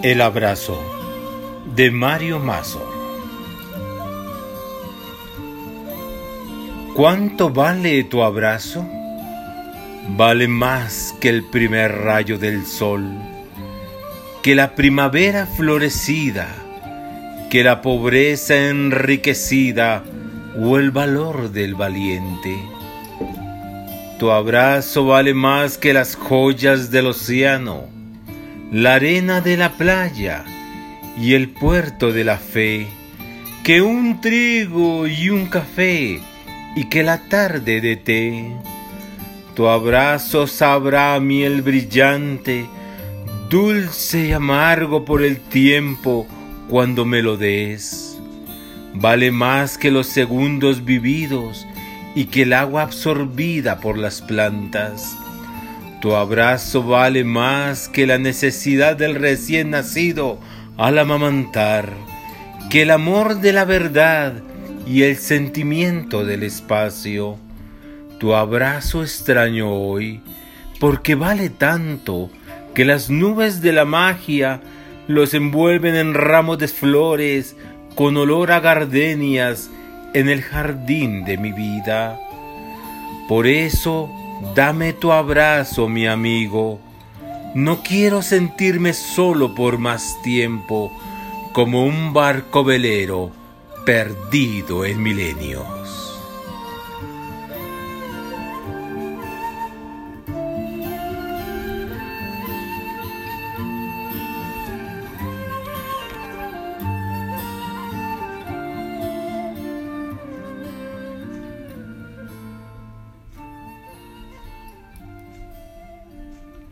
El abrazo de Mario Mazor. ¿Cuánto vale tu abrazo? Vale más que el primer rayo del sol, que la primavera florecida, que la pobreza enriquecida o el valor del valiente. Tu abrazo vale más que las joyas del océano, la arena de la playa y el puerto de la fe, que un trigo y un café y que la tarde de té. Tu abrazo sabrá a miel brillante, dulce y amargo por el tiempo cuando me lo des. Vale más que los segundos vividos y que el agua absorbida por las plantas. Tu abrazo vale más que la necesidad del recién nacido al amamantar, que el amor de la verdad y el sentimiento del espacio. Tu abrazo extraño hoy, porque vale tanto que las nubes de la magia los envuelven en ramos de flores con olor a gardenias en el jardín de mi vida. Por eso, dame tu abrazo, mi amigo. No quiero sentirme solo por más tiempo, como un barco velero perdido en milenios.